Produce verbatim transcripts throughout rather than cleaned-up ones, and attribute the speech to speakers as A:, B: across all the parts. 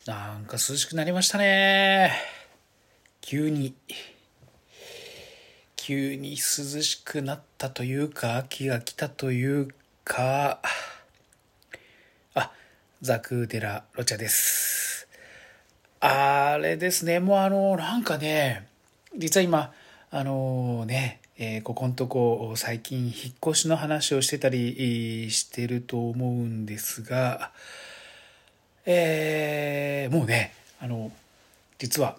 A: なんか涼しくなりましたね。急に急に涼しくなったというか、秋が来たというか。あ、ザクーデラロチャです。あれですね、もうあのなんかね、実は今あのね、えー、ここんとこ最近引っ越しの話をしてたりしてると思うんですが、えー、もうね、あの実は、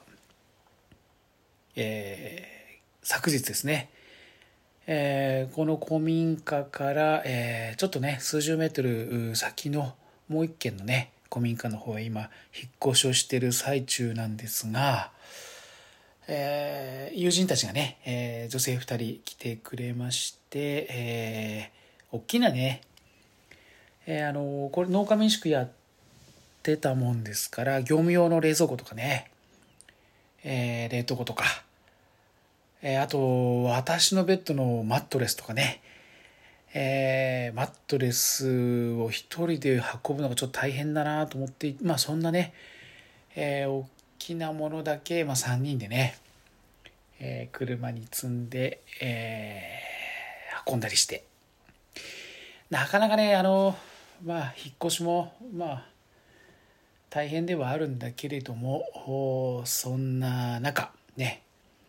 A: えー、昨日ですね、えー、この古民家から、えー、ちょっとね数十メートル先のもう一軒のね古民家の方へ今引っ越しをしている最中なんですが、えー、友人たちがね、えー、女性ふたり来てくれまして、えー、大きなね、えー、あのこれ農家民宿やってたもんですから、業務用の冷蔵庫とかね、えー、冷凍庫とか、えー、あと私のベッドのマットレスとかね、えー、マットレスを一人で運ぶのがちょっと大変だなと思って、まあそんなね、えー、大きなものだけ、まあ、さんにんでね、えー、車に積んで、えー、運んだりして、なかなかね、あのまあ引っ越しもまあ大変ではあるんだけれども、そんな中ね、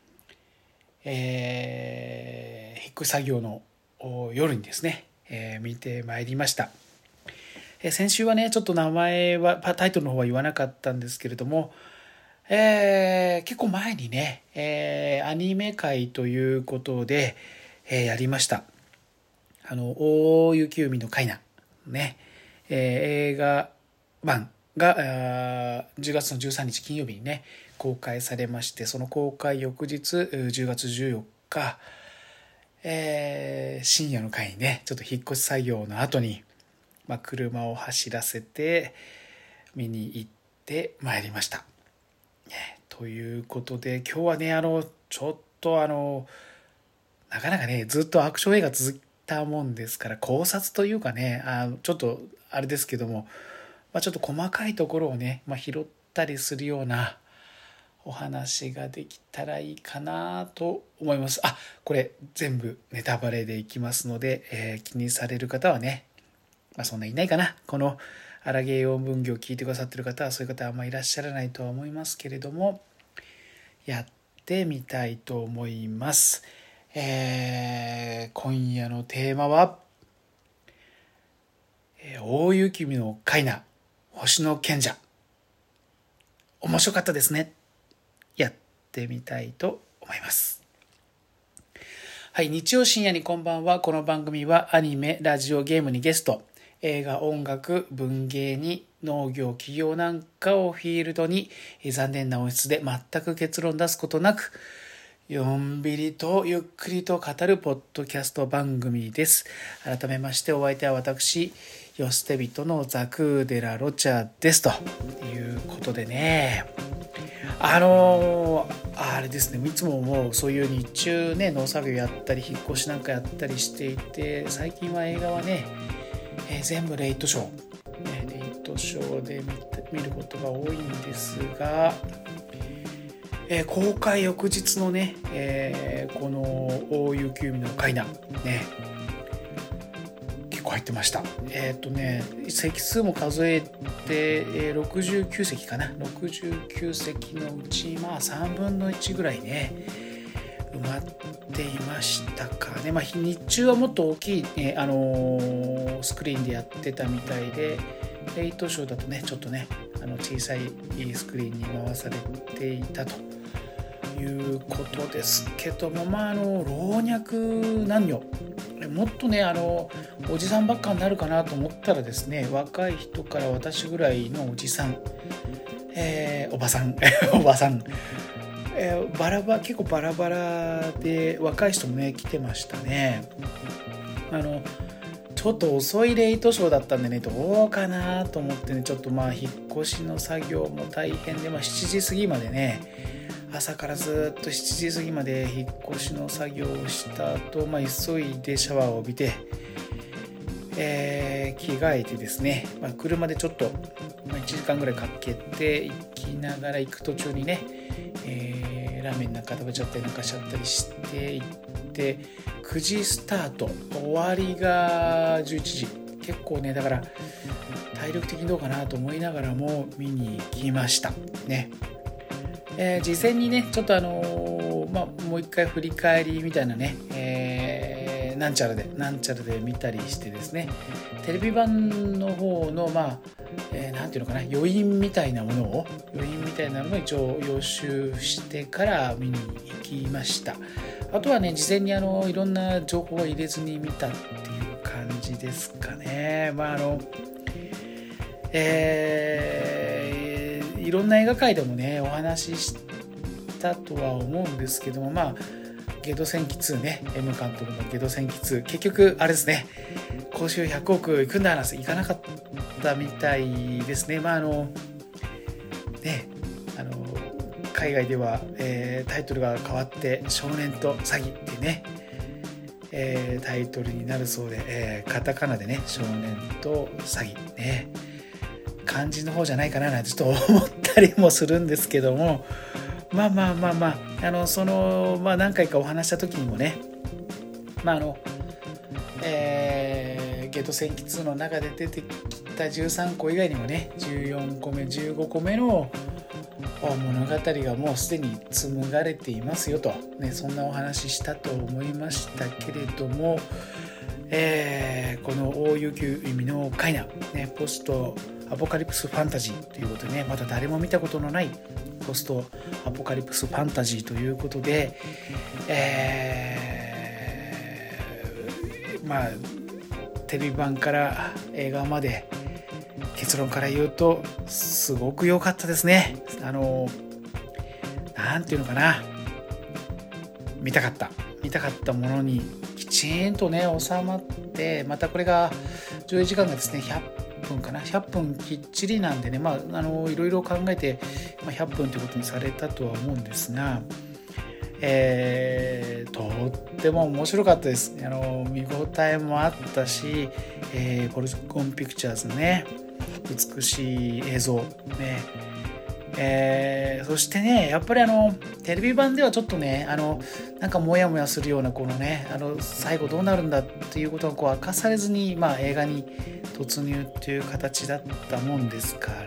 A: えー、引っ越し作業の夜にですね、えー、見てまいりました。えー、先週はねちょっと名前はタイトルの方は言わなかったんですけれども、えー、結構前にね、えー、アニメ界ということで、えー、やりました。あの大雪海のカイナね、えー、映画版がじゅうがつのじゅうさんにち金曜日にね公開されまして、その公開翌日じゅうがつじゅうよっか、えー、深夜の会にねちょっと引っ越し作業の後に、まあ、車を走らせて見に行ってまいりました。ということで今日はね、あのちょっとあのなかなかねずっとアクション映画続いたもんですから、考察というかね、あちょっとあれですけども、まあ、ちょっと細かいところをね、まあ、拾ったりするようなお話ができたらいいかなと思います。あ、これ全部ネタバレでいきますので、えー、気にされる方はね、まあ、そんないないかな。この荒芸用文芸を聞いてくださってる方はそういう方はあんまりいらっしゃらないとは思いますけれども、やってみたいと思います。えー、今夜のテーマは、えー、大雪海のカイナ、星の賢者。面白かったですね。やってみたいと思います。はい、日曜深夜にこんばんは。この番組はアニメ、ラジオ、ゲームにゲスト、映画、音楽、文芸に農業、企業なんかをフィールドに残念な音質で全く結論出すことなく、のんびりとゆっくりと語るポッドキャスト番組です。改めましてお相手は私、ヨステビトのザクーデラロチャですということでね、あのー、あれですね、いつももうそういう日中ね農作業やったり引っ越しなんかやったりしていて、最近は映画はね、えー、全部レイトショー、ね、レイトショーで 見, 見ることが多いんですが、えー、公開翌日のね、えー、この大雪海のカイナね結構入ってました。えっとね席数も数えて、えー、ろくじゅうきゅうせきかな、ろくじゅうきゅうせきのうちまあさんぶんのいちぐらいね埋まっていましたかね。まあ日中はもっと大きい、ね、あのー、スクリーンでやってたみたいで、レイトショーだとねちょっとねあの小さいスクリーンに回されていたということですけども、まああの老若男女もっとねあのおじさんばっかになるかなと思ったらですね、若い人から私ぐらいのおじさん、えー、おばさんおばさん、えー、バラバ結構バラバラで若い人もね来てましたね。あのちょっと遅いレイトショーだったんでね、どうかなと思ってね、ちょっとまあ引っ越しの作業も大変で、まあ、しちじ過ぎまでね、朝からずっとしちじ過ぎまで引っ越しの作業をした後、まあ、急いでシャワーを浴びて、ええー、着替えてですね、まあ、車でちょっと、まあ、いちじかんぐらいかけて行きながら行く途中にね、えー、ラーメンなんか食べちゃったりなんかしちゃったりして行ってくじスタート、終わりがじゅういちじ、結構ねだから体力的にどうかなと思いながらも見に行きましたね。えー、事前にねちょっとあのー、まあもう一回振り返りみたいなね、えー、なんちゃらでなんちゃらで見たりしてですね、テレビ版の方のまあ、えー、なんていうのかな、余韻みたいなものを余韻みたいなのを一応予習してから見に行きました。あとはね事前にあのいろんな情報を入れずに見たっていう感じですかね。まああのえー、いろんな映画界でもねお話ししたとは思うんですけども、まあゲド戦記ツーね、 M 監督のゲド戦記ツー、結局あれですね、興収ひゃくおくいくんだ話いかなかったみたいですね。まああのねあの海外では、えー、タイトルが変わって少年と詐欺っていうね、えー、タイトルになるそうで、えー、カタカナでね少年と詐欺ね、漢字の方じゃないかななんてちょっと思ったりもするんですけども、まあまあまあまあ、あのその、まあ、何回かお話した時にもね、まああのえー、ゲド戦記ツーの中で出てきたじゅうさんこ以外にもねじゅうよんこめじゅうごこめの物語がもうすでに紡がれていますよと、ね、そんなお話したと思いましたけれども、えー、この大雪海のカイナ、ね、ポストアポカリプスファンタジーということでね、まだ誰も見たことのないポストアポカリプスファンタジーということで、えー、まあテレビ版から映画まで結論から言うとすごく良かったですね。あのなんていうのかな、見たかった見たかったものにきちんとね収まって、またこれが上映時間がですねひゃっぷんかな、ひゃっぷんきっちりなんでね、まああのいろいろ考えてひゃっぷんということにされたとは思うんですが、えー、とっても面白かったです。あの見応えもあったし、えー、ポルコンピクチャーズのね美しい映像ね、えー、そしてねやっぱりあのテレビ版ではちょっとねあのなんかモヤモヤするようなこのねあの最後どうなるんだっていうことがこう明かされずに、まあ、映画に突入っていう形だったもんですから、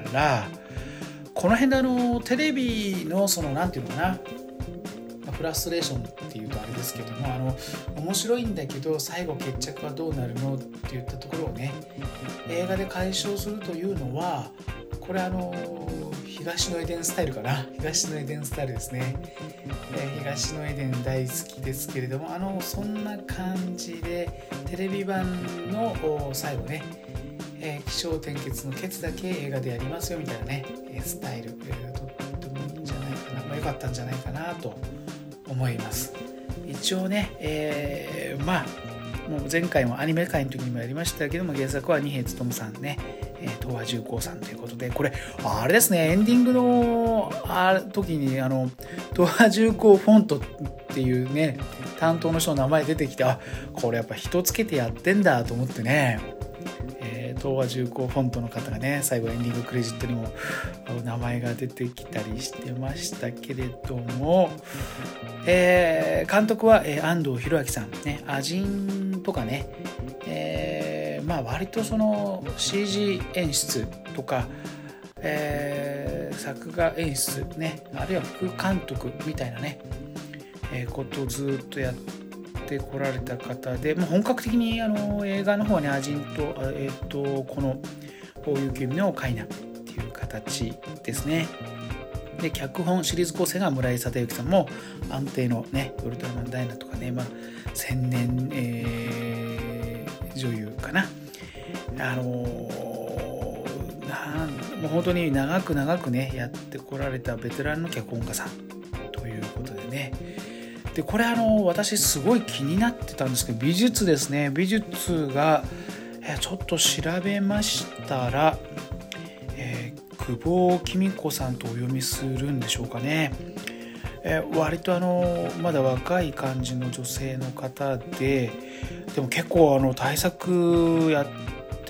A: この辺であのテレビのそのなんていうのかな、フラストレーションっていうとあれですけども、あの面白いんだけど最後決着はどうなるのっていったところをね映画で解消するというのは、これあの東のエデンスタイルかな、東のエデンスタイルですね、えー、東のエデン大好きですけれども、あのそんな感じでテレビ版の最後ね、えー、起承転結のケツだけ映画でやりますよみたいなねスタイル、えー、とってもいいんじゃないかな、まあ、良かったんじゃないかなと思います。一応ね、えー、まあもう前回もアニメ界の時にもやりましたけども、原作は二瓶勉さんね、東和重工さんということで、これあれですね、エンディングのあ時にあの東和重工フォントっていうね担当の人の名前出てきて、あこれやっぱ人つけてやってんだと思ってね、えー、東和重工フォントの方がね最後エンディングクレジットにも名前が出てきたりしてましたけれども、えー、監督は、えー、安藤裕明さんね、アジンとかね、えー、まあ割とその シージー 演出とか、えー、作画演出ね、あるいは副監督みたいなね、えー、ことをずっとやってこられた方で、もう本格的にあの映画の方はねアジンと、えー、とこの大雪海のカイナっていう形ですね。で脚本シリーズ構成が村井貞之さんも安定のねウルトラマンダイナとかね、まあ、千年、えー、女優かな、あのー、なんもう本当に長く長くねやってこられたベテランの脚本家さんということでね、でこれあの私すごい気になってたんですけど、美術ですね、美術がえちょっと調べましたら、えー久保公子さんとお読みするんでしょうかね、えー、割とあのまだ若い感じの女性の方で、でも結構あの大作やって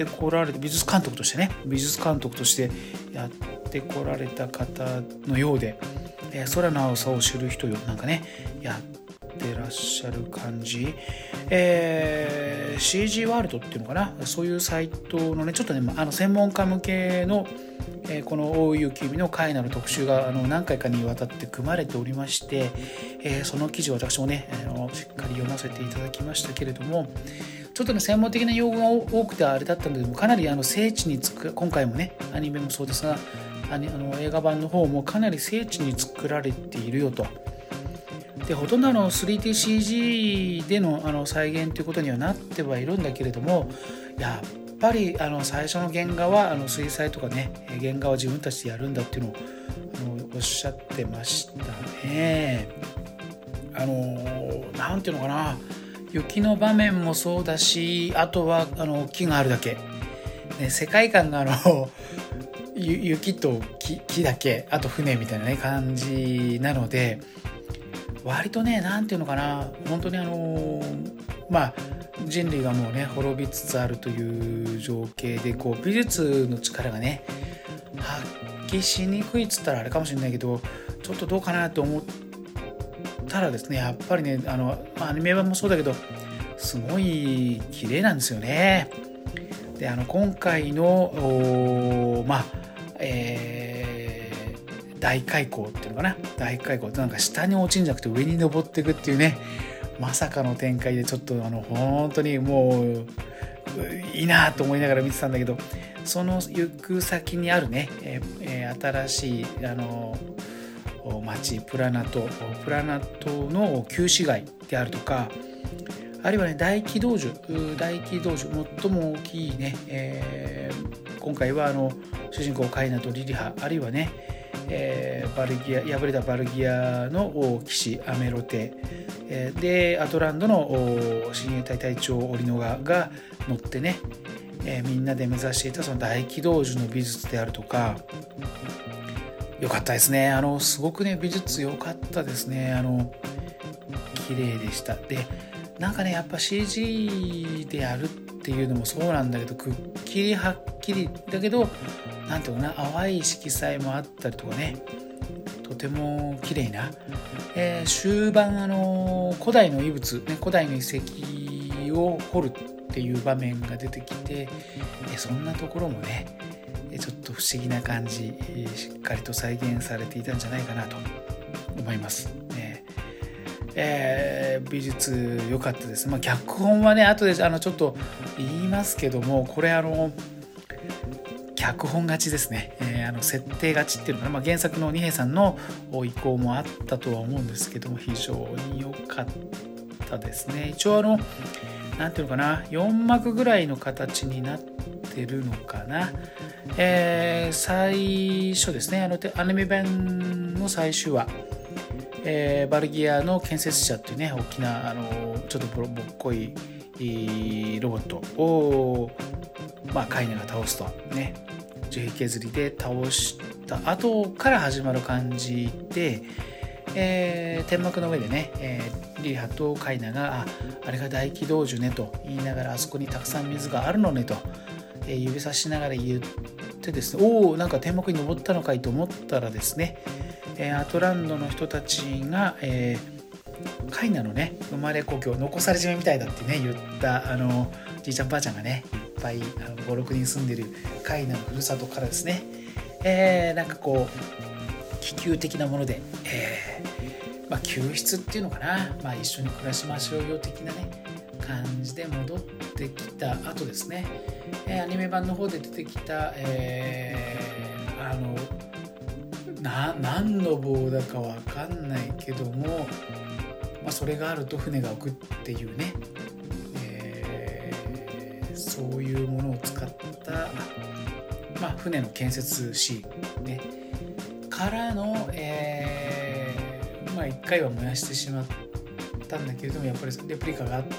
A: ってこられて、美術監督としてね美術監督としてやってこられた方のようで、えー、空の青さを知る人よなんかねやってらっしゃる感じ、えー、シージー ワールドっていうのかな、そういうサイトのねちょっとねあの専門家向けの、えー、この大井幸海の絵画の特集があの何回かにわたって組まれておりまして、えー、その記事を私もねあのしっかり読ませていただきましたけれども、ちょっとね専門的な用語が多くてあれだったので、かなりあの精緻につく今回もねアニメもそうですが、あの映画版の方もかなり精緻に作られているよと。でほとんどの スリーディーシージー で の, あの再現ということにはなってはいるんだけれども、やっぱりあの最初の原画はあの水彩とかね原画は自分たちでやるんだっていうのをあのおっしゃってましたね。あのなんていうのかな、雪の場面もそうだし、あとはあの木があるだけ、ね、世界観があの雪と 木, 木だけ、あと船みたいな、ね、感じなので、割とねなんていうのかな、本当にあのまあ人類がもうね滅びつつあるという情景で、こう美術の力がね発揮しにくいっつったらあれかもしれないけど、ちょっとどうかなと思ったらですね、やっぱりねあのアニメ版もそうだけどすごい綺麗なんですよね。であの今回のまあえー大開口っていうのかな、大開口ってなんか下に落ちんじゃなくて上に登っていくっていうね、まさかの展開でちょっとあの本当にもういいなと思いながら見てたんだけど、その行く先にあるね、えー、新しいあの町プラナトプラナトの旧市街であるとか、あるいはね大気道樹大気道樹最も大きいね、えー、今回はあの主人公カイナとリリハ、あるいはねえー、バルギア敗れたバルギアの騎士アメロテ、えー、でアトランドの親衛隊隊長オリノガが乗ってね、えー、みんなで目指していたその大気道樹の美術であるとか、良かったですね。あのすごくね美術良かったですね。あの綺麗でした。でなんかねやっぱ シージー でやるっていうのもそうなんだけど、くっきりはっきりだけどなんていうかな、淡い色彩もあったりとかね、とても綺麗な、えー、終盤あの古代の遺物、ね、古代の遺跡を掘るっていう場面が出てきて、えそんなところもねちょっと不思議な感じ、しっかりと再現されていたんじゃないかなと思います、ねえー、美術良かったです。まあ、脚本はね後であのちょっと言いますけども、これあの脚本勝ちですね、えー、あの設定勝ちっていうのかな、まあ、原作の二平さんの意向もあったとは思うんですけども、非常に良かったですね。一応あのなんていうのかな、よんまくぐらいの形になってるのかな、えー、最初ですね、あのアニメ版の最終話、えー、バルギアの建設者っていうね大きなあのちょっとボロボっこいロボットをまあカイナが倒すとね、樹皮削りで倒した後から始まる感じで、えー、天幕の上でね、えー、リリハとカイナが あ, あれが大気道樹ねと言いながら、あそこにたくさん水があるのねと、えー、指さしながら言ってですね、おおなんか天幕に登ったのかいと思ったらですね、えー、アトランドの人たちが、えー、カイナのね生まれ故郷残されじめみたいだってね言ったあのじいちゃんばあちゃんがねいっぱいごろくにん住んでるカイナのふるさとからですね、えー、なんかこう気球的なもので、えーまあ、救出っていうのかな、まあ、一緒に暮らしましょうよ的なね感じで戻ってきた後ですね、えー、アニメ版の方で出てきた、えー、あのな何の棒だかわかんないけども、まあ、それがあると船が浮くっていうね、そういうものを使った、まあ、船の建設シーン、ね、からの、えーまあ、いっかいは燃やしてしまったんだけれども、やっぱりレプリカがあって、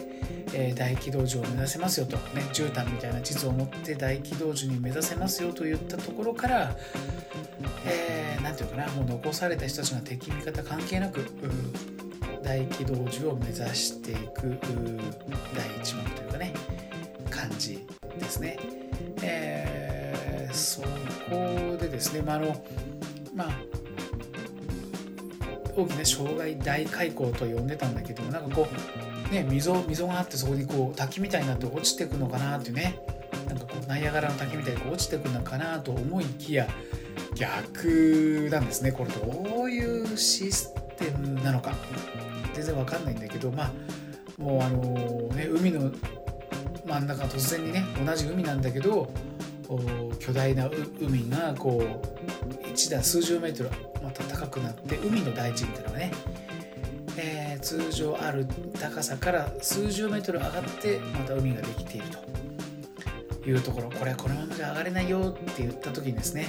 A: えー、大気道樹を目指せますよと、ね、絨毯みたいな地図を持って大気道樹に目指せますよといったところから、えー、なんていうかな、もう残された人たちが敵味方関係なく大気道樹を目指していく第一幕というかね感じですね。えー、そこでですね、まああのまあ、大きな障害大開口と呼んでたんだけども、なんかこう、ね、溝, 溝があってそこにこう滝みたいになって落ちていくのかなっていうね、なんかこうナイアガラの滝みたいにこう落ちていくのかなと思いきや逆なんですね。これどういうシステムなのか全然わかんないんだけど、まあもうあのね、海の真ん中突然にね、同じ海なんだけど巨大な海がこう一段数十メートルまた高くなって海の大地みたいなのがね、えー、通常ある高さから数十メートル上がってまた海ができているというところ、これはこのままじゃ上がれないよって言った時にですね、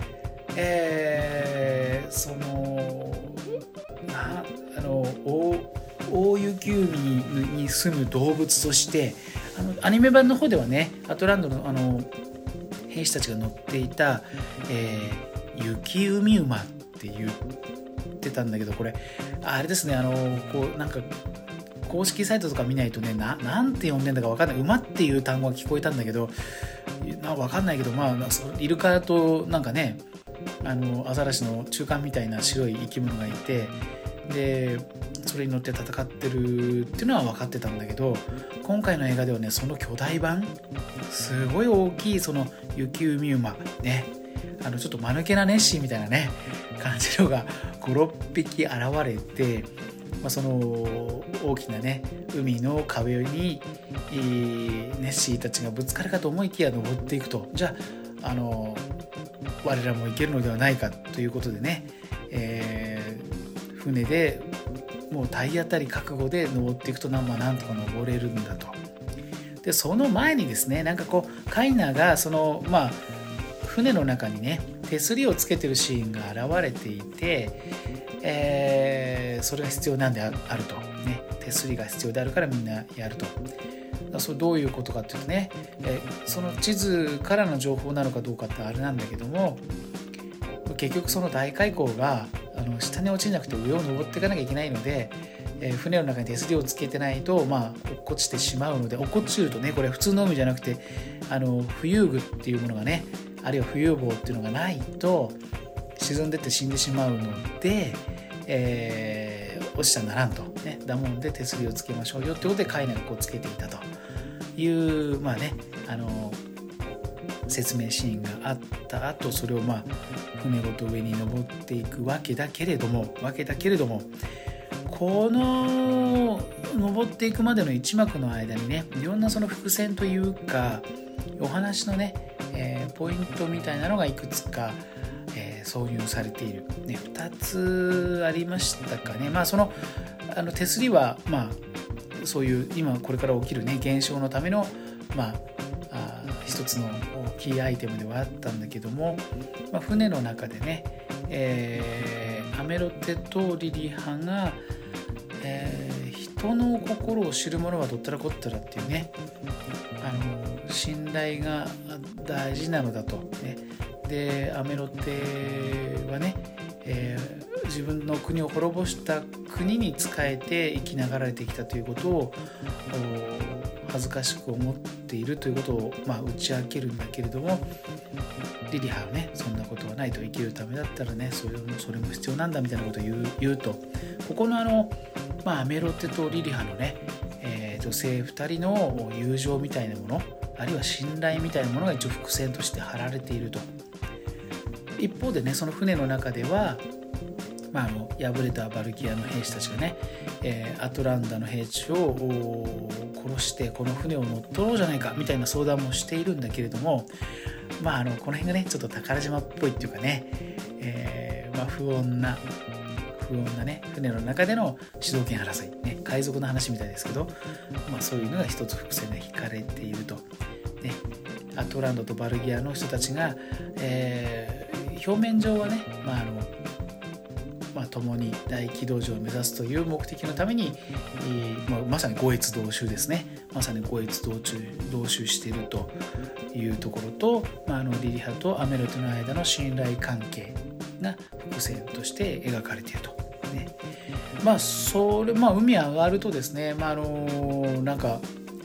A: えー、そのなあの大大雪海に住む動物としてあのアニメ版の方ではね、アトランドのあの兵士たちが乗っていた、えー、雪海馬って言ってたんだけど、これあれですね、あのこうなんか公式サイトとか見ないとね、ななんて呼んでんだか分かんない、馬っていう単語が聞こえたんだけどな分かんないけど、まあイルカとなんかね、あのアザラシの中間みたいな白い生き物がいて、でそれに乗って戦ってるっていうのは分かってたんだけど、今回の映画ではね、その巨大版すごい大きいその雪海馬ね、あのちょっと間抜けなネッシーみたいなね感じのがご、ろっぴき現れて、まあ、その大きなね海の壁にネッシーたちがぶつかるかと思いきや登っていくと、じゃあ、あの我らも行けるのではないかということでね、えー、船でもう体当たり覚悟で登っていくと、まあ、なんとか登れるんだと。でその前にですね、なんかこうカイナがそのまあ船の中にね手すりをつけてるシーンが現れていて、えー、それが必要なんであると、ね、手すりが必要であるからみんなやると。それどういうことかっていうとね、えー、その地図からの情報なのかどうかってあれなんだけども、結局その大海溝があの下に落ちなくて上を登っていかなきゃいけないので、えー、船の中に手すりをつけてないと、まあ、落っこちてしまうので、落っこちるとね、これ普通の海じゃなくてあの浮遊具っていうものがね、あるいは浮遊棒っていうのがないと沈んでって死んでしまうので、えー、落ちたらならんと、ね、だもんで手すりをつけましょうよってことでカイナがこうつけていたというまあね、あの説明シーンがあった後、それをまあ船ごと上に登っていくわけだけれどもわけだけれどもこの登っていくまでの一幕の間にね、いろんなその伏線というかお話のね、えー、ポイントみたいなのがいくつか、えー、挿入されている、ね、ふたつありましたかね。まあそのあの手すりはまあそういう今これから起きるね現象のためのまああ一つのキーアイテムではあったんだけども、まあ、船の中でね、えー、アメロテとリリハが、えー、人の心を知る者はどったらこったらっていうね、あの信頼が大事なのだと、ね、でアメロテはね、えー、自分の国を滅ぼした国に仕えて生きながられてきたということを恥ずかしく思っているということを、まあ、打ち明けるんだけれども、リリハはねそんなことはないと、生きるためだったらねそれもそれも必要なんだみたいなことを言う、言うと、ここのあの、まあ、アメロテとリリハのね、えー、女性ふたりの友情みたいなもの、あるいは信頼みたいなものが一応伏線として貼られていると。一方でね、その船の中ではまあ、あの敗れたバルキアの兵士たちがね、えー、アトランダの兵士を殺してこの船を乗っ取ろうじゃないかみたいな相談もしているんだけれども、まあ、あのこの辺がねちょっと宝島っぽいっていうかね、えーまあ、不穏な不穏なね船の中での主導権争い、ね、海賊の話みたいですけど、まあ、そういうのが一つ伏線が引かれていると、ね、アトランドとバルギアの人たちが、えー、表面上はね、まああのまあ、共に大軌道上を目指すという目的のために、えーまあ、まさに五越同州ですね、まさに五越同州同州しているというところと、まあ、あのリリハとアメロテの間の信頼関係が伏線として描かれていると、ね。まあそれまあ海上がるとですね、まあ、あのなんか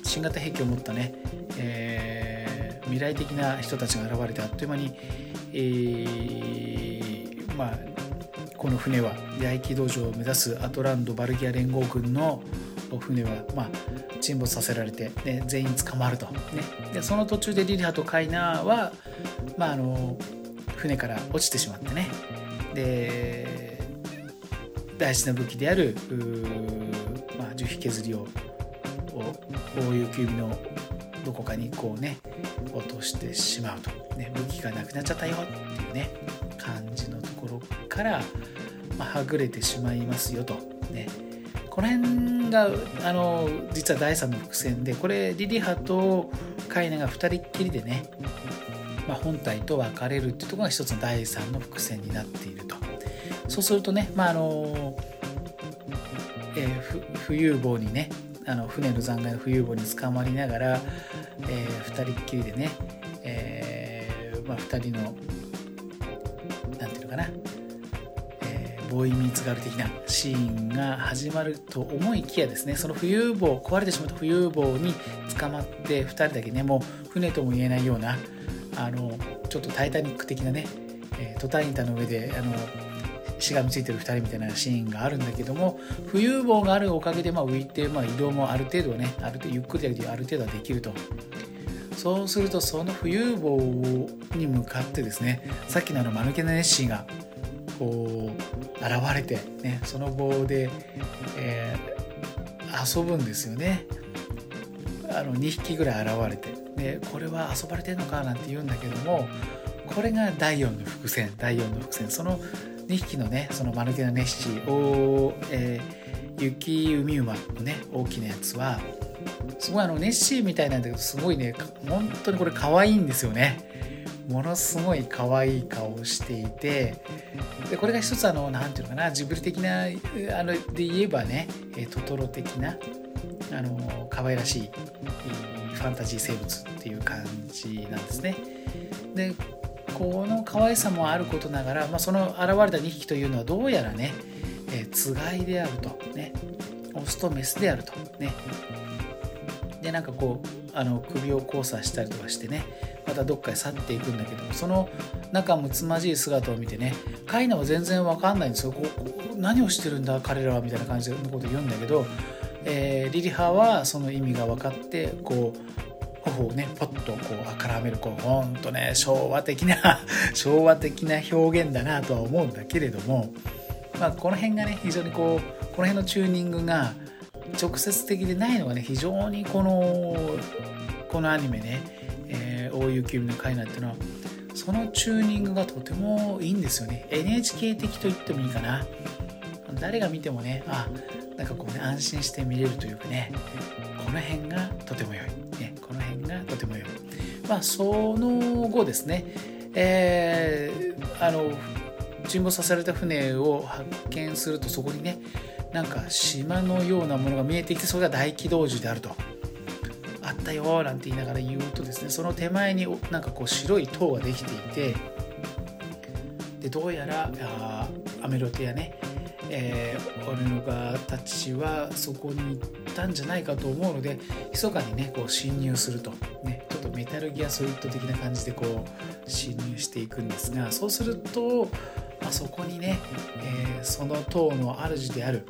A: 新型兵器を持ったね、えー、未来的な人たちが現れて、あっという間に、えー、まあこの船は大軌道上を目指すアトランド・バルギア連合軍の船は、まあ、沈没させられて、ね、全員捕まると、ね、でその途中でリリハとカイナーは、まあ、あの船から落ちてしまってね、で大事な武器である、まあ、樹皮削りを大雪海のどこかにこうね落としてしまうと、ね、武器がなくなっちゃったよっていうね感じのところから、まあ、はぐれてしまいますよと、ね、この辺があの実はだいさんの伏線で、これリリハとカイナがふたりっきりでね、まあ、本体と別れるっていうところが一つのだいさんの伏線になっていると。そうするとね、まああのえー、浮遊棒にね、あの船の残骸の浮遊棒に捕まりながら、えー、ふたりっきりでね、えーまあ、ふたりのなんていうのかな、えー、ボーイミーツガール的なシーンが始まると思いきやですね、その浮遊棒、壊れてしまった浮遊棒に捕まってふたりだけね、もう船とも言えないような、あのちょっとタイタニック的なね、えー、トタン板の上であのしがみついてるふたりみたいなシーンがあるんだけども、浮遊棒があるおかげでまあ浮いて、まあ、移動もある程度はね、ある程度ゆっくりだけどある程度はできると。そうするとその浮遊棒に向かってですね、さっきのあの間抜けなネッシーがこう現れて、ね、その棒で、えー、遊ぶんですよね。あのにひきぐらい現れて、でこれは遊ばれてるのかなんて言うんだけども、これがだいよんの伏線、だいよんの伏線。そのにひきのね、その間抜けなネッシーを、えー、雪海馬のね大きなやつはすごいあのネッシーみたいなんだけど、すごいね本当にこれ可愛いんですよね。ものすごい可愛い顔をしていて、でこれが一つあのなんていうのかな、ジブリ的なあので言えばね、トトロ的なあの可愛らしいファンタジー生物っていう感じなんですね。でこの可愛さもあることながら、まあ、その現れたにひきというのはどうやらね、えー、つがいであるとね、オスとメスであるとね。でなんかこうあの首を交差したりとかしてね、またどっかへ去っていくんだけど、その仲睦まじい姿を見てね、カイナは全然わかんないんですよ。こうこう何をしてるんだ彼らはみたいな感じのことを言うんだけど、えー、リリハはその意味が分かって、こう頬をねポッとこうあからめる、こうほんとね昭和的な昭和的な表現だなとは思うんだけれども、まあ、この辺がね非常にこうこの辺のチューニングが直接的でないのがね、非常にこのこのアニメね、えー、大雪海のカイナっていうのはそのチューニングがとてもいいんですよね。 エヌエイチケー 的と言ってもいいかな。誰が見てもね、あなんかこうね安心して見れるというかね、この辺がとても良い、ね、この辺がとても良い。まあその後ですね、えー、あの沈没させられた船を発見すると、そこにねなんか島のようなものが見えてきて、それが大軌道樹であると、あったよなんて言いながら言うとですね、その手前になんかこう白い塔ができていて、でどうやらあアメロテやね、えー、オルノガたちはそこに行ったんじゃないかと思うので、密かにねこう侵入すると、ね、ちょっとメタルギアソリッド的な感じでこう侵入していくんですが、そうすると、まあ、そこにね、えー、その塔の主である、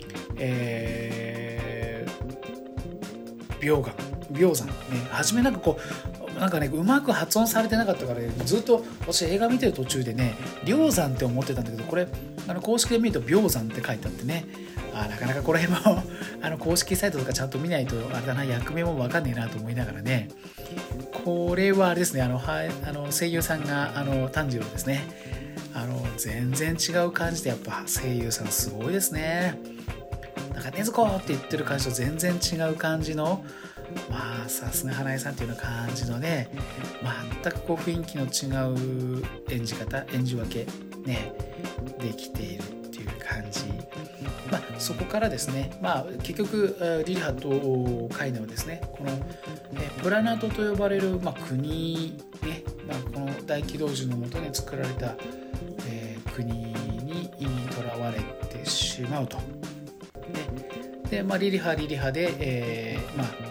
A: えー、ビョウガンビョウザンね、初めなんかこうなんかねうまく発音されてなかったから、ね、ずっと私映画見てる途中でね梁山って思ってたんだけど、これあの公式で見ると病山って書いてあってね、あなかなかこの辺もあの公式サイトとかちゃんと見ないとあれだな、役名も分かんねえなと思いながらね、これはあれですね、あのはあの声優さんがあの炭治郎ですね、あの全然違う感じで、やっぱ声優さんすごいですね。なんかねずこって言ってる感じと全然違う感じの、まあさすが花江さんっていうような感じのね、全くこう雰囲気の違う演じ方演じ分けねできているっていう感じ。まあそこからですね、まあ結局リリハとカイナはですね、このプラナトと呼ばれる、まあ、国ね、まあ、この大軌道樹の下に作られた、えー、国にとらわれてしまうと。で、まあ、リリハはリリハで、えーまあ、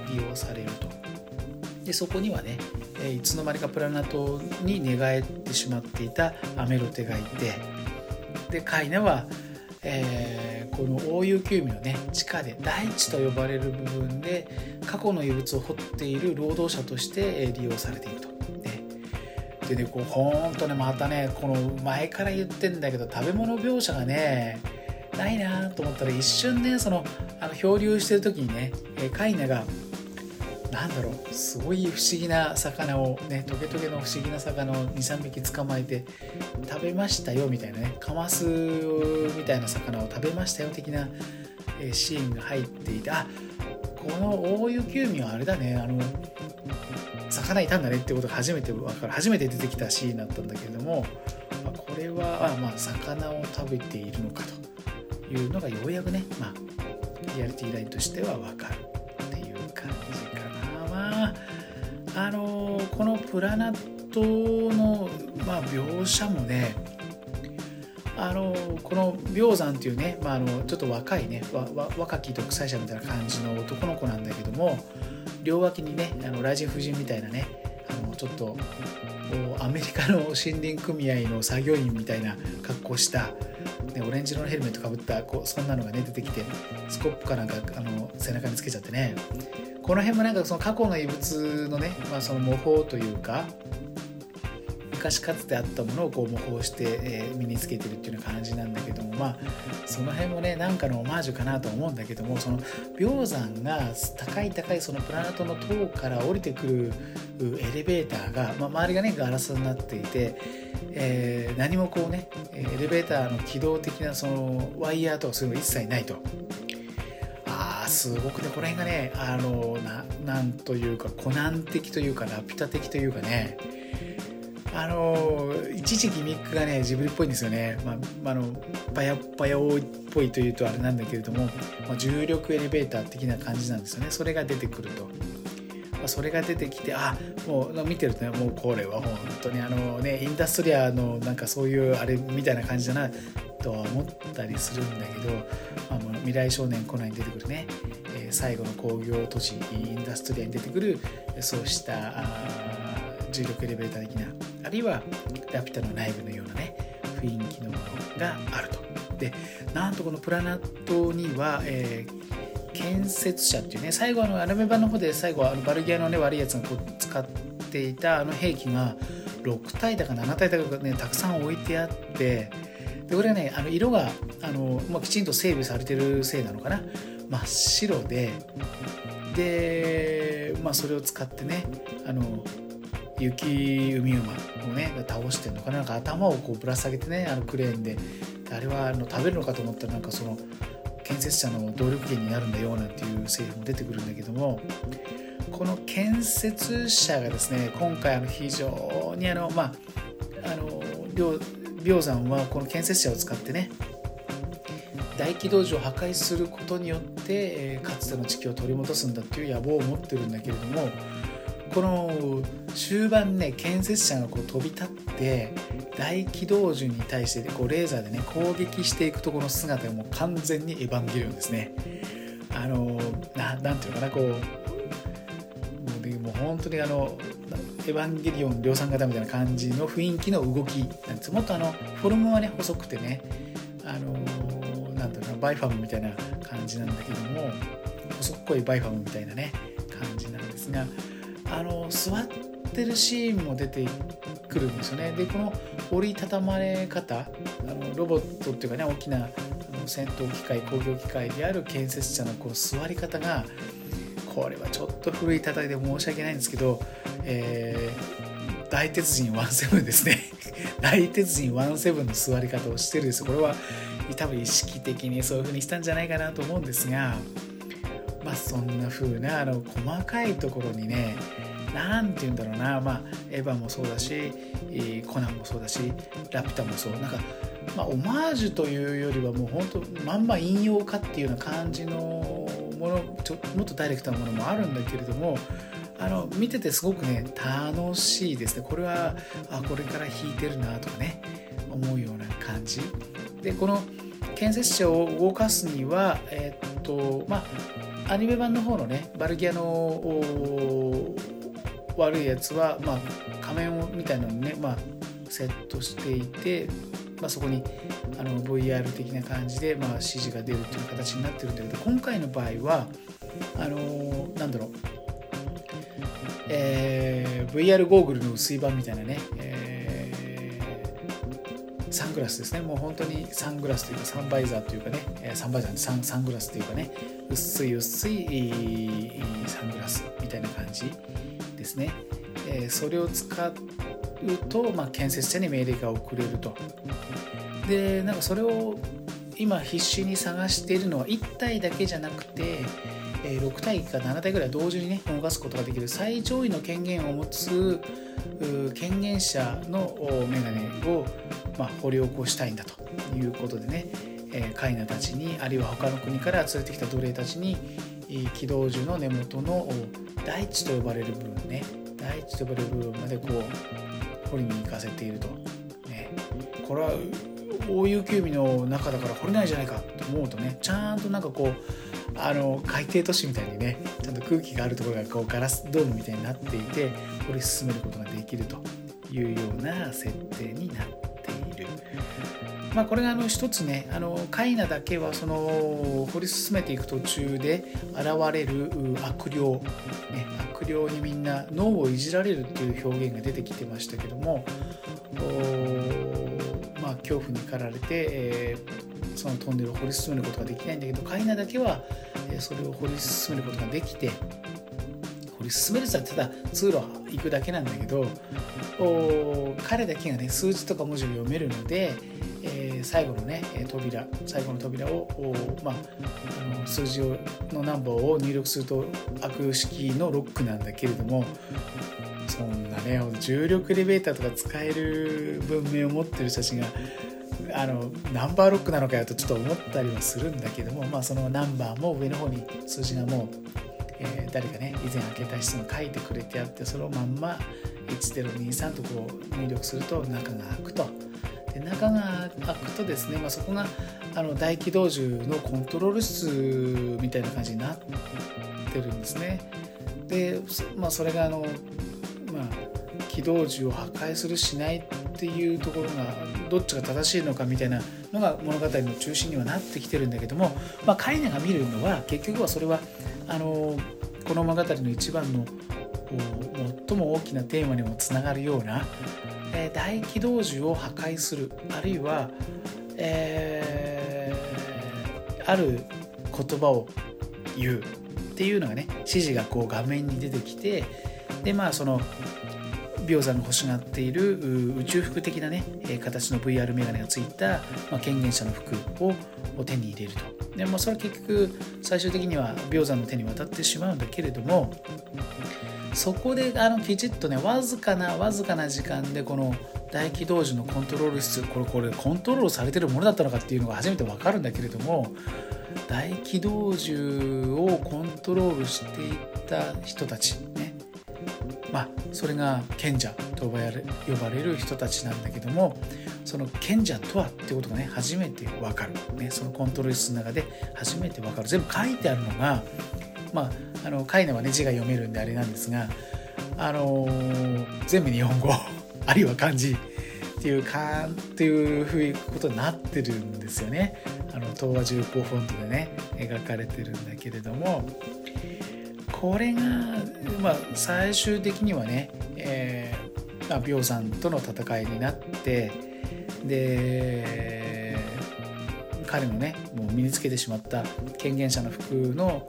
A: 利用されると。でそこにはね、えー、いつの間にかプラナ島に寝返ってしまっていたアメロテがいて、でカイナは、えー、この大雪海のね地下で大地と呼ばれる部分で過去の遺物を掘っている労働者として利用されていると。でね、こうほんとねまたねこの前から言ってんだけど食べ物描写がねないなと思ったら一瞬ねそのあの漂流してる時にねカイナがなんだろうすごい不思議な魚をねトゲトゲの不思議な魚を にさんびき捕まえて食べましたよみたいなねカマスみたいな魚を食べましたよ的なシーンが入っていて、あこの大雪海はあれだねあの魚いたんだねってことが初めて分かる初めて出てきたシーンだったんだけれども、これはあまあ魚を食べているのかというのがようやくね、まあ、リアリティラインとしては分かるっていう感じかな。まああのこのプラナ島の、まあ、描写もねあのこの鷹山っていうね、まあ、あのちょっと若いねわわ若き独裁者みたいな感じの男の子なんだけども、両脇にねあの雷神夫人みたいなねあのちょっとアメリカの森林組合の作業員みたいな格好した、ね、オレンジ色のヘルメットかぶったこうそんなのがね出てきてスコップかなんかあの背中につけちゃってね、この辺もなんかその過去の遺物のね、まあ、その模倣というか昔かつてあったものをこう模倣して、えー、身につけてるっていうような感じなんだけども、まあその辺もねなんかのオマージュかなと思うんだけども、その鷹山が高い高いそのプラナトの塔から降りてくるエレベーターが、まあ、周りがねガラスになっていて、えー、何もこうねエレベーターの機動的なそのワイヤーとかそういうの一切ないと。あーすごくねこの辺がねあの な, なんというかコナン的というかラピュタ的というかね、あの一時ギミックがねジブリっぽいんですよね。まあ、あのパヤパヤっぽいというとあれなんだけれども、まあ、重力エレベーター的な感じなんですよね。それが出てくると、まあ、それが出てきてあもう見てるとねもうこれは本当にあのねインダストリアのなんかそういうあれみたいな感じだなとは思ったりするんだけど、まあ、もう未来少年コナンに出てくるね、えー、最後の工業都市インダストリアに出てくるそうした重力エレベーター的なあるいはラピュタの内部のようなね雰囲気のものがあると。でなんとこのプラナ島には、えー、建設者っていうね最後あのアニメ版の方で最後あのバルギアのね悪いやつがこう使っていたあの兵器がろくたいだかななたいだかねたくさん置いてあって、でこれはねあの色があの、まあ、きちんと整備されてるせいなのかな真っ白でで、まあ、それを使ってねあの雪海馬をね倒してるのかな、なんか頭をこうぶら下げてねあのクレーンであれはあの食べるのかと思ったらなんかその建設者の動力源になるんだよなんていうセリフも出てくるんだけども、この建設者がですね今回あの非常にあのまああの鷹山はこの建設者を使ってね大軌道樹を破壊することによって、えー、かつての地球を取り戻すんだっていう野望を持ってるんだけれども、この終盤ね建設者がこう飛び立って大軌道樹に対してこうレーザーでね攻撃していくところの姿がもう完全にエヴァンゲリオンですね。あの な, なんていうのかなこうもう、ね、もう本当にあのエヴァンゲリオン量産型みたいな感じの雰囲気の動きなんです。もっとあのフォルムはね細くてねあのなんていうのかなバイファムみたいな感じなんだけども細っこいバイファムみたいなね感じなんですが、あの座ってるシーンも出てくるんですよね。でこの折りたたまれ方あのロボットっていうかね大きなあの戦闘機械工業機械である建設者のこの座り方がこれはちょっと古い叩いで申し訳ないんですけど、えー、大鉄人じゅうななですね大鉄人じゅうななの座り方をしてるんですよ。これは多分意識的にそういう風にしたんじゃないかなと思うんですが、まあそんな風なあの細かいところにねなんて言うんだろうな、まあエヴァもそうだしコナンもそうだしラピュタもそうなんかまあオマージュというよりはもう本当まんま引用かっていうような感じのものちょもっとダイレクトなものもあるんだけれども、あの見ててすごくね楽しいですね。これはあこれから弾いてるなとかね思うような感じで、この建設者を動かすにはえー、っとまあアニメ版の方のねバルギアの悪いやつは、まあ、仮面をみたいなのにね、まあ、セットしていて、まあ、そこにあの ブイアール 的な感じで、まあ、指示が出るという形になってるんだけど、今回の場合はあのー、なんだろう、えー、ブイアール ゴーグルの薄い版みたいなね、えー、サングラスですね。もう本当にサングラスというかサンバイザーというかね、サンバイザーサン、サングラスというかね、薄い薄いサングラスみたいな感じですね。えー、それを使うと、まあ、建設者に命令が送れると。で、なんかそれを今必死に探しているのはいったいだけじゃなくて、ろくたいかななたいぐらい同時にね動かすことができる最上位の権限を持つ権限者のメガネを、まあ、掘り起こしたいんだということでね、カイナたちに、あるいは他の国から連れてきた奴隷たちに軌道樹の根元の大地と呼ばれる部分ね、大地と呼ばれる部分までこう掘りに行かせていると、ね、これは大雪海の中だから掘れないじゃないかと思うとね、ちゃんとなんかこうあの海底都市みたいにね、ちゃんと空気があるところがこうガラスドームみたいになっていて掘り進めることができるというような設定になっている。まあこれがあの一つね、あのカイナだけはその掘り進めていく途中で現れる悪霊、ね、悪霊にみんな脳をいじられるっていう表現が出てきてましたけども、まあ恐怖に駆られて、えー、そのトンネルを掘り進めることができないんだけど、カイナだけはそれを掘り進めることができて、掘り進めるとただ通路行くだけなんだけど、彼だけがね数字とか文字を読めるので、えー、最後のね扉最後の扉を、まあ、あの数字をのナンバーを入力すると開く式のロックなんだけれども、そんなね重力エレベーターとか使える文明を持ってる人たちがあのナンバーロックなのかよとちょっと思ったりはするんだけども、まあ、そのナンバーも上の方に数字がもう、えー、誰かね以前開けた人が書いてくれてあって、そのまんまいちぜろにさんとこう入力すると中が開くと。で中が開くとですね、まあ、そこがあの大軌道樹のコントロール室みたいな感じになってるんですね。で、まあ、それがあの、まあ、軌道樹を破壊するしないっていうところがどっちが正しいのかみたいなのが物語の中心にはなってきてるんだけども、まあ、カイナが見るのは結局はそれはあのこの物語の一番の最も大きなテーマにもつながるような、えー、大軌道樹を破壊する、あるいは、えー、ある言葉を言うっていうのがね、指示がこう画面に出てきて、でまあそのビオザンが欲しがっている宇宙服的なね形の ブイアール メガネがついた、まあ、権限者の服を手に入れると。でもそれは結局最終的にはビオザンの手に渡ってしまうんだけれども、そこであのきちっとねわずかなわずかな時間でこの大軌道樹のコントロール室、これこれコントロールされてるものだったのかっていうのが初めて分かるんだけれども、大軌道樹をコントロールしていった人たちね、まあそれが賢者と呼ばれる、呼ばれる人たちなんだけども、その賢者とはってことがね初めて分かる、ね、そのコントロール室の中で初めて分かる。全部書いてあるのが、まああのカイナはね字が読めるんであれなんですが、あのー、全部日本語あるいは漢字っていうかっていうふういうことになってるんですよね。あの東和重工フォントでね描かれてるんだけれども、これが、まあ、最終的にはね、えーまあ、ビオさんとの戦いになって、で彼のねもう身につけてしまった権限者の服の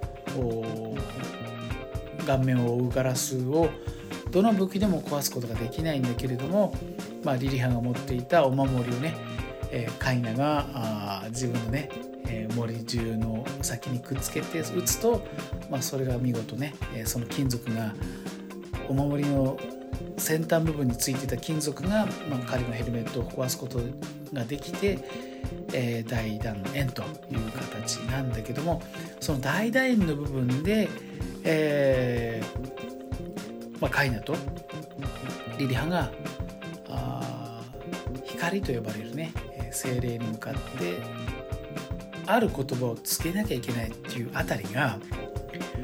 A: 顔面を覆うガラスをどの武器でも壊すことができないんだけれども、まあ、リリハが持っていたお守りをね、えー、カイナがあ自分のね、えー、森銃の先にくっつけて撃つと、まあ、それが見事ね、えー、その金属がお守りの先端部分についていた金属が、まあ、彼のヘルメットを壊すことができて、えー、大団円という形なんだけども、その大団円の部分で、えーまあ、カイナとリリハがあ光と呼ばれるね精霊に向かってある言葉を告げなきゃいけないっていうあたりが、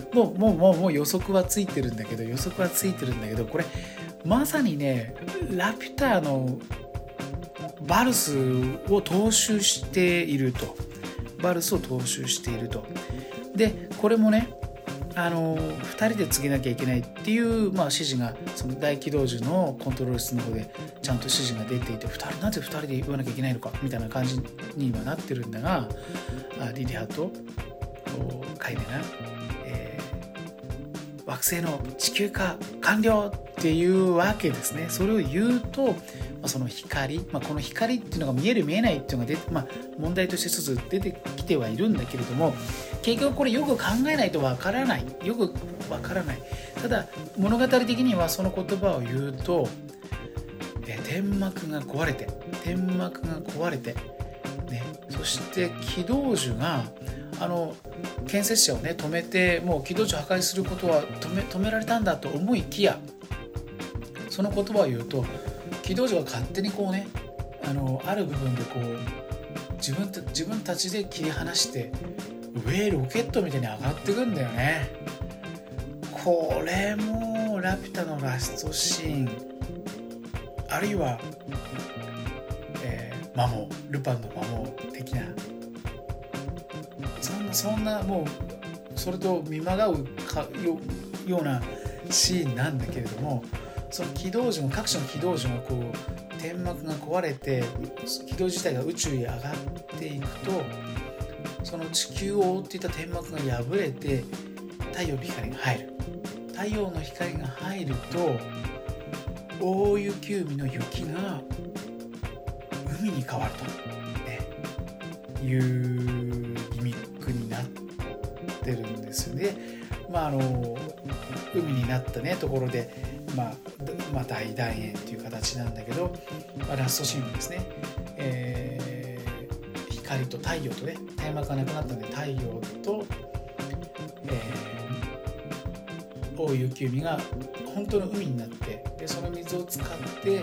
A: もうもうもうもう予測はついてるんだけど予測はついてるんだけどこれまさにねラピュタのバルスを踏襲しているとバルスを踏襲しているとでこれもねあのふたりで告げなきゃいけないっていう、まあ、指示がその大軌道樹のコントロール室の方でちゃんと指示が出ていてふたりなぜふたりで言わなきゃいけないのかみたいな感じにはなってるんだがリリハとカイネが、えー、惑星の地球化完了っていうわけですね。それを言うと、まあ、その光、まあ、この光っていうのが見える見えないっていうのが出て、まあ、問題として一つ出てきてはいるんだけれども結局これよく考えないとわからないよくわからないただ物語的にはその言葉を言うとえ天幕が壊れて天幕が壊れて、ね、そして軌道樹があの建設者をね止めてもう軌道樹破壊することは止め、止められたんだと思いきやその言葉を言うと軌道樹が勝手にこうね あのある部分でこう自分た自分たちで切り離して上へロケットみたいに上がってくんだよね。これもラピュタのラストシーンあるいは、えー、魔王ルパンの魔王的なそんなそんなもうそれと見まがうか よ, ようなシーンなんだけれどもその軌道樹も各所の軌道樹がこう天幕が壊れて軌道自体が宇宙へ上がっていくとその地球を覆っていた天幕が破れて太陽の光が入る太陽の光が入ると大雪海の雪が海に変わると、ね、いうギミックになってるんですよね。まああの海になったねところで、まあ、まあ大団円という形なんだけど、まあ、ラストシーンはですね、えー、光と太陽とね天幕がなくなったので太陽と、えー、大雪海が本当の海になってでその水を使って、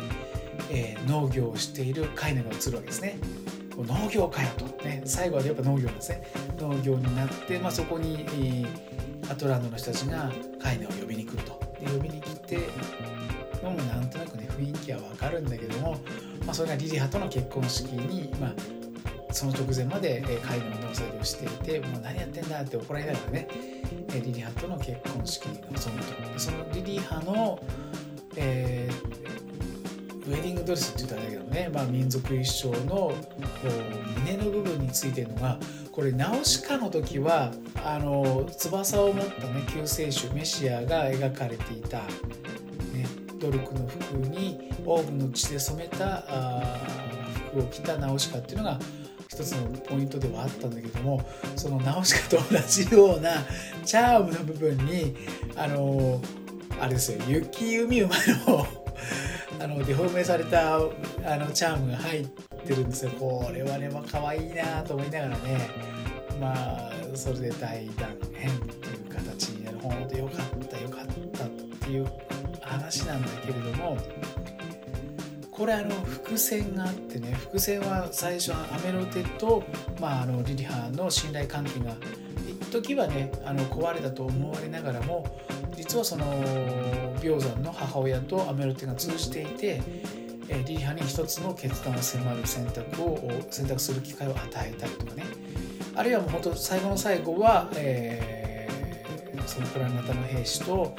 A: えー、農業をしているカイネが映るわけですね。農業かよと、ね、最後はやっぱ農業なんですね。農業になって、まあ、そこに、えー、アトランドの人たちがカイネを呼びに来るとで呼びに来てもうなんとなくね雰囲気はわかるんだけども、まあ、それがリリハとの結婚式に、まあ、その直前までカイネは農作業していてもう何やってんだって怒られながらねリリハとの結婚式に臨むとでそのリリハの、えーウェディングドレスって言ったらだけどね、まあ、民族衣装の胸の部分についてるのがこれナウシカの時はあの翼を持ったね救世主メシアが描かれていた、ね、ドルクの服にオーブの血で染めたあ服を着たナウシカっていうのが一つのポイントではあったんだけどもそのナウシカと同じようなチャームの部分にあのあれですよ雪海馬のあのデフォルメされたあのチャームが入ってるんですよ。これはね、まあ、可愛いなと思いながらねまあそれで大団円っていう形になる本当よかったよかったっていう話なんだけれどもこれあの伏線があってね伏線は最初はアメロテと、まあ、あのリリハの信頼関係が一時はねあの壊れたと思われながらも実はその氷山の母親とアメロテが通じていてリリハに一つの決断を迫る選択を選択する機会を与えたりとかねあるいはもう本当最後の最後は、えー、そのプラネタの兵士と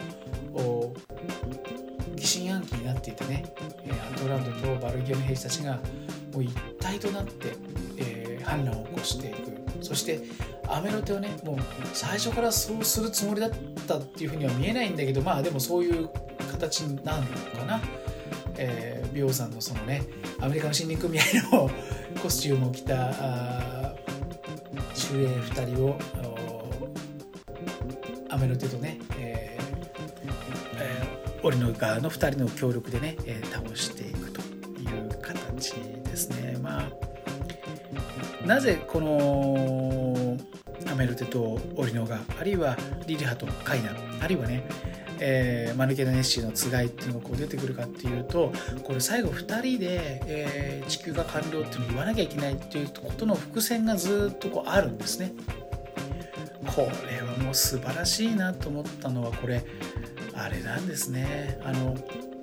A: 疑心暗鬼になっていてねアトランドとバルギアの兵士たちがもう一体となって、えー、反乱を起こしていくそしてアメロテはねもう最初からそうするつもりだったっていうふうには見えないんだけどまあでもそういう形になるのかな、えー、氷山のそのねアメリカの森林組合のコスチュームを着た守衛ふたりをアメロテとね、えーえー、オリノ側のふたりの協力でね、えー、倒していくという形ですね。まあなぜこのアメルテとオリノがあるいはリリハとカイナあるいはね、えー、マヌケナ・ネッシーのつがいっていうのがこう出てくるかっていうとこれ最後ふたりで、えー、地球が完了っていうのを言わなきゃいけないっていうことの伏線がずっとこうあるんですね。 これはもう素晴らしいなと思ったのは、これあれなんですね。あの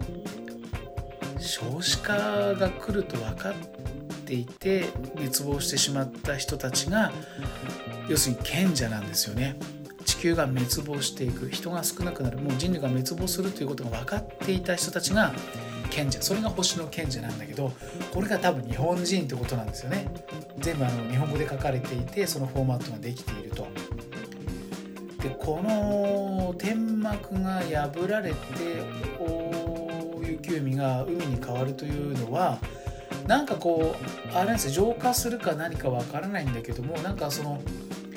A: 少子化が来ると分かっていて滅亡してしまった人たちが要するに賢者なんですよね。地球が滅亡していく、人が少なくなる、もう人類が滅亡するということが分かっていた人たちが賢者、それが星の賢者なんだけど、これが多分日本人ってことなんですよね。全部あの日本語で書かれていて、そのフォーマットができていると。でこの天幕が破られて大雪海が海に変わるというのは、なんかこうあれなんですよ、浄化するか何かわからないんだけども、なんかその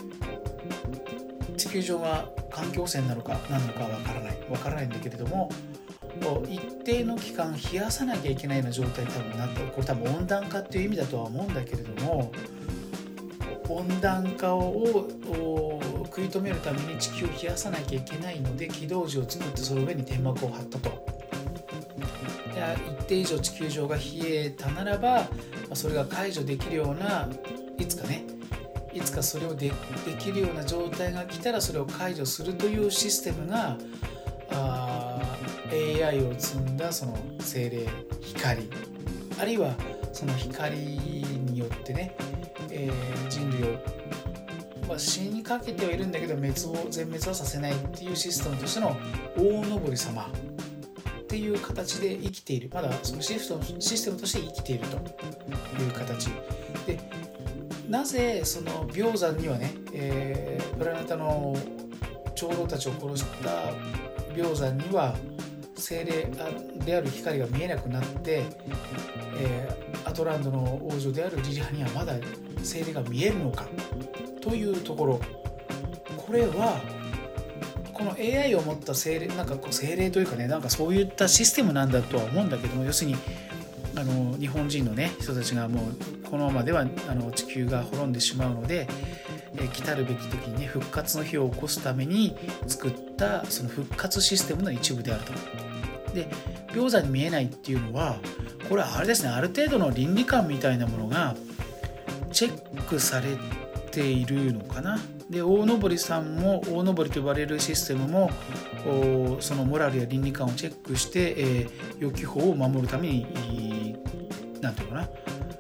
A: 地球上が環境汚染なのか何なのかわからないわからないんだけれども、一定の期間冷やさなきゃいけないような状態に多分なった。これ多分温暖化っていう意味だとは思うんだけれども、温暖化を食い止めるために地球を冷やさなきゃいけないので、軌道樹を作ってその上に天幕を張ったと。一定以上地球上が冷えたならば、それが解除できるような、いつかねいつかそれを で, できるような状態が来たらそれを解除するというシステムが、あ エーアイ を積んだその精霊光、あるいはその光によってね、えー、人類を、まあ、死にかけてはいるんだけど滅亡全滅はさせないっていうシステムとしての大昇様っていう形で生きている、まだそのシステム、システムとして生きているという形で、なぜその氷山にはね、えー、プラネタの長老たちを殺した氷山には精霊である光が見えなくなって、えー、アトランドの王女であるリリハにはまだ精霊が見えるのかというところ、これはこの エーアイ を持った精霊、なんかこう精霊というかね、なんかそういったシステムなんだとは思うんだけども、要するにあの日本人のね人たちがもうこのままではあの地球が滅んでしまうので、え来たるべき時にね復活の日を起こすために作ったその復活システムの一部であると。で氷山に見えないっていうのは、これはあれですね、ある程度の倫理観みたいなものがチェックされているのかな。で大昇さんも、大昇と呼ばれるシステムもそのモラルや倫理観をチェックして、えー、予期法を守るためになんていうかな、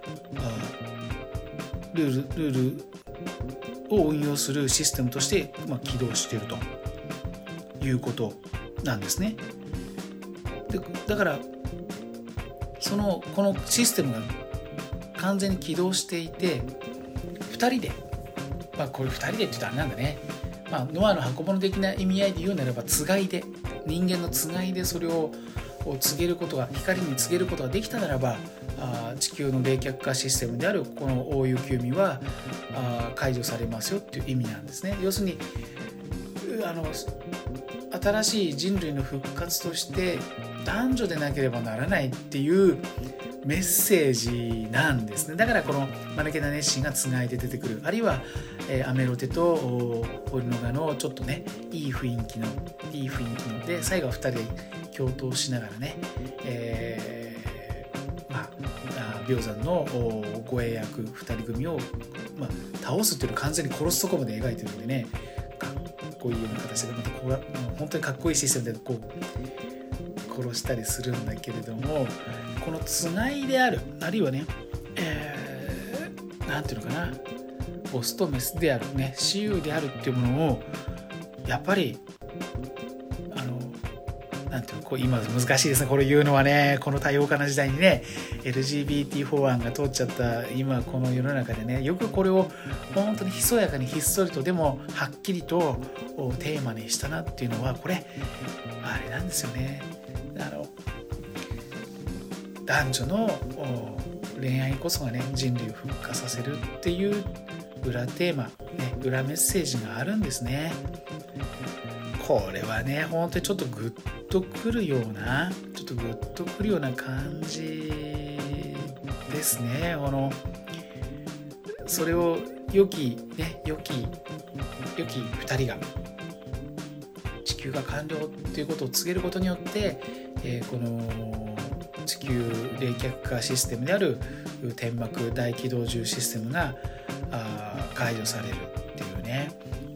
A: ルール、ルールを運用するシステムとして、まあ、起動しているということなんですね。でだからそのこのシステムが完全に起動していて、ふたりで、まあ、これふたりでって言うとあれなんだね、まあ、ノアの箱物的な意味合いで言うならば、つがいで、人間のつがいでそれを告げることが、光に告げることができたならば、あ地球の冷却化システムであるこの大雪海はあ解除されますよっていう意味なんですね。要するにあの新しい人類の復活として男女でなければならないっていうメッセージなんですね。だからこのマヌケなネッシーがつがいで出てくる、あるいは、えー、アメロテとオルノガのちょっとねいい雰囲気のいい雰囲気ので、最後はふたりで共闘しながらね、えー、まあ氷山の護衛役ふたり組を、まあ、倒すっていうのを完全に殺すところまで描いてるんでね、かっこいいような形で、またこう本当にかっこいいシステムでこう殺したりするんだけれども、このつがいである、あるいはね、えー、なんていうのかな、オスとメスであるね、雌雄であるっていうものをやっぱりあのなんていうの、こう今難しいですねこれ言うのはね、この多様化な時代にね エルジービーティー 法案が通っちゃった今この世の中でね、よくこれを本当にひそやかにひっそりとでもはっきりとテーマにしたなっていうのは、これあれなんですよね、あの男女の恋愛こそがね人類を復活させるっていう裏テーマ、ね、裏メッセージがあるんですね。これはね本当にちょっとグッとくるようなちょっとグッとくるような感じですね。このそれを良きね良き良きふたりが地球が完了ということを告げることによって、えー、この地球冷却化システムである天幕大軌道銃システムが解除されるっていうね。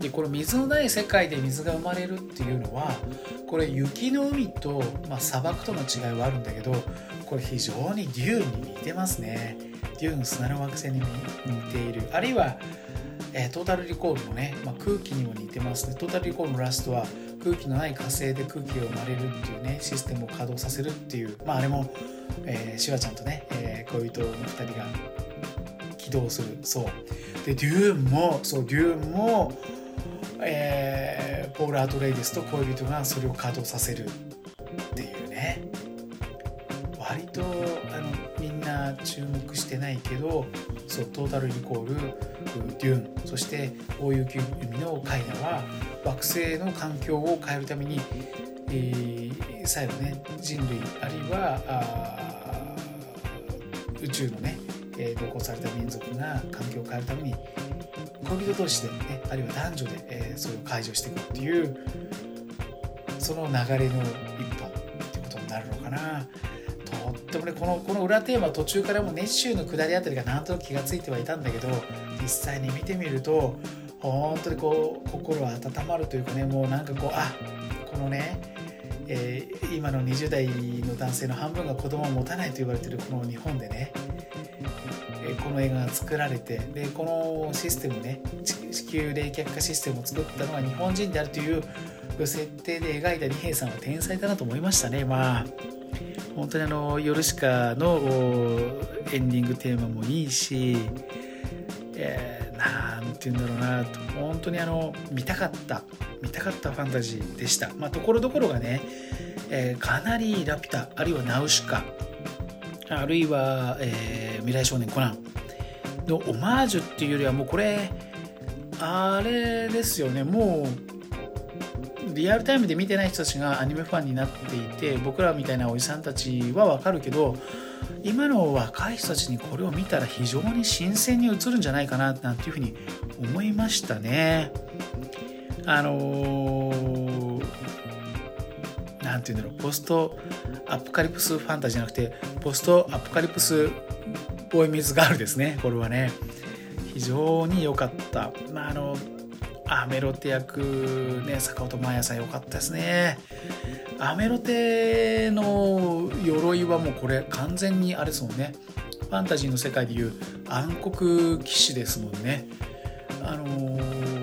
A: でこの水のない世界で水が生まれるっていうのはこれ雪の海と、まあ、砂漠との違いはあるんだけどこれ非常にデューンに似てますね。デューン砂の惑星に似ている。あるいは、えー、トータルリコールのね、まあ、空気にも似てますね。トータルリコールのラストは空気のない火星で空気が生まれるっていうねシステムを稼働させるっていう、まあ、あれも、えー、シュワちゃんとね、えー、恋人のふたりが起動する。そうでデューンもそうデューンも、えー、ポール・アトレイデスと恋人がそれを稼働させるっていうね、割とあのみんな注目してないけどそうトータルリコール、デューン、そして大雪海のカイナは惑星の環境を変えるために、えー、最後ね人類あるいはあ宇宙のね、えー、同行された民族が環境を変えるために恋人同士で、ね、あるいは男女で、えー、それを解除していくっていうその流れの一本っていうことになるのかな。とってもねこの、この裏テーマ途中からもネッシュの下りあたりがなんとなく気がついてはいたんだけど実際に見てみると本当にこう心温まるというかね、もうなんかこうあこのね、えー、今のにじゅう代の男性の半分が子供を持たないと言われているこの日本でね、えー、この映画が作られてでこのシステムね地球冷却化システムを作ったのは日本人であるという設定で描いた二平さんは天才だなと思いましたね。まあ本当にあのヨルシカのエンディングテーマもいいし、えー、なんて言うんだろうなと本当にあの見たかった見たかったファンタジーでした。まあところどころがね、えー、かなりラピュタあるいはナウシカあるいは、えー、未来少年コナンのオマージュっていうよりはもうこれあれですよね、もうリアルタイムで見てない人たちがアニメファンになっていて僕らみたいなおじさんたちは分かるけど今の若い人たちにこれを見たら非常に新鮮に映るんじゃないかななんていうふうに思いましたね。あのー、なんていうんだろうポストアポカリプスファンタジーじゃなくてポストアポカリプスボーイミズガールですね。これはね非常に良かった。まああのアメロテ役ね坂本真綾さん良かったですね。アメロテの鎧はもうこれ完全にあれですもんね、ファンタジーの世界でいう暗黒騎士ですもんね。あのー、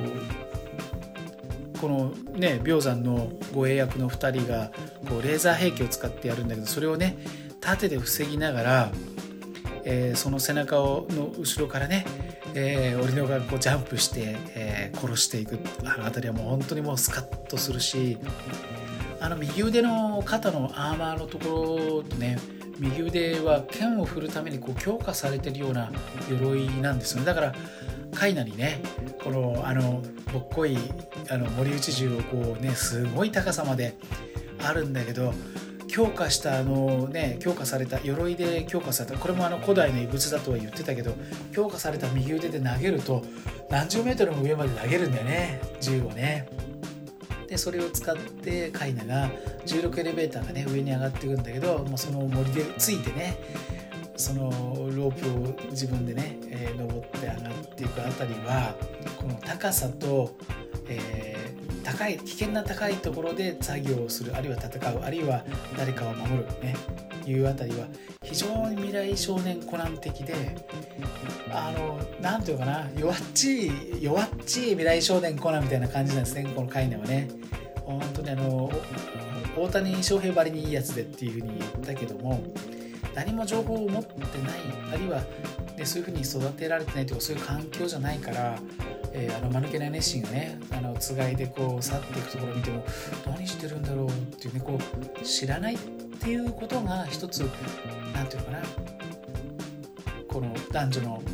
A: このね氷山の護衛役のふたりがこうレーザー兵器を使ってやるんだけどそれをね盾で防ぎながら、えー、その背中をの後ろからねえー、オリノがこうジャンプして、えー、殺していくあのあたりはもう本当にもうスカッとするしあの右腕の肩のアーマーのところとね右腕は剣を振るためにこう強化されてるような鎧なんですよね。だからカイナにねこのあのぼっこいあの森内銃をこうねすごい高さまであるんだけど強化したあのね強化された鎧で強化されたこれもあの古代の遺物だとは言ってたけど強化された右腕で投げると何十メートルも上まで投げるんだよね銃をね。でそれを使ってカイナがじゅうろくエレベーターがね上に上がっていくんだけどもうその森でついてねそのロープを自分でね、えー、登って上がっていくあたりはこの高さと、えー高い危険な高いところで作業をするあるいは戦うあるいは誰かを守るねいうあたりは非常に未来少年コナン的であのなんていうかな弱っちい弱っちい未来少年コナンみたいな感じなんですね。このカイナはね本当にあの大谷翔平ばりにいいやつでっていうふうに言ったけども何も情報を持ってないあるいは、ね、そういうふうに育てられてないというかそういう環境じゃないからえー、あの間抜けな熱心がねあのつがいでこう去っていくところを見ても何してるんだろうっていうねこう知らないっていうことが一つなんていうのかなこの男女の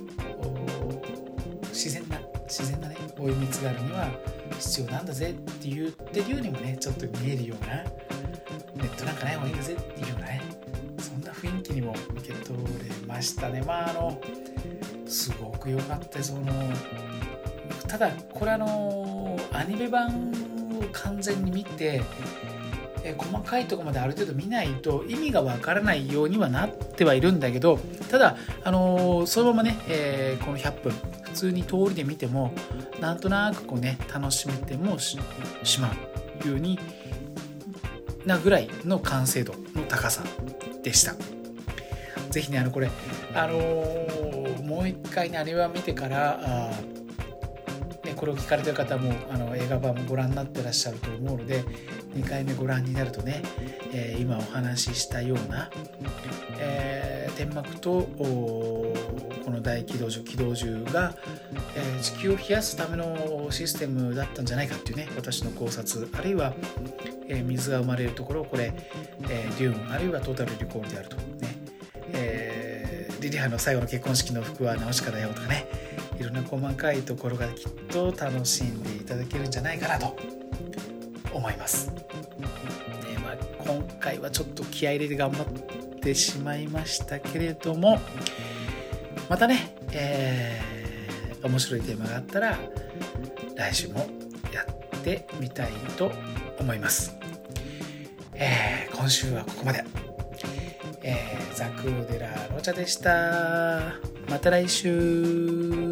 A: 自然な自然なね追い蜜があるには必要なんだぜって言ってるようにもねちょっと見えるようなネットなんかない方がいいんだぜっていうようなねそんな雰囲気にも受け取れましたね。まああのすごく良かったです。そのただこれあのアニメ版を完全に見てえー、細かいところまである程度見ないと意味がわからないようにはなってはいるんだけど、ただ、あのー、そのままね、えー、このひゃっぷん普通に通りで見てもなんとなくこうね楽しめても し, しまうようになぐらいの完成度の高さでした。ぜひねあのこれ、あのー、もう一回ねあれは見てからあ、ね、これを聞かれてる方もあの映画版もご覧になってらっしゃると思うので、にかいめご覧になるとね、えー、今お話ししたような、えー、天幕とこの大軌道銃軌道銃が、えー、地球を冷やすためのシステムだったんじゃないかっていうね私の考察、あるいは、えー、水が生まれるところをこれ、えー、デューンあるいはトータルリコールであるとね、えー、リリハの最後の結婚式の服はナウシカだよとかね、いろんな細かいところがきっと楽しんでいただけるんじゃないかなと思います。ねまあ、今回はちょっと気合い入れて頑張ってしまいましたけれども、またね、えー、面白いテーマがあったら来週もやってみたいと思います。えー、今週はここまで。えー、ザクーデラロチャでした。また来週。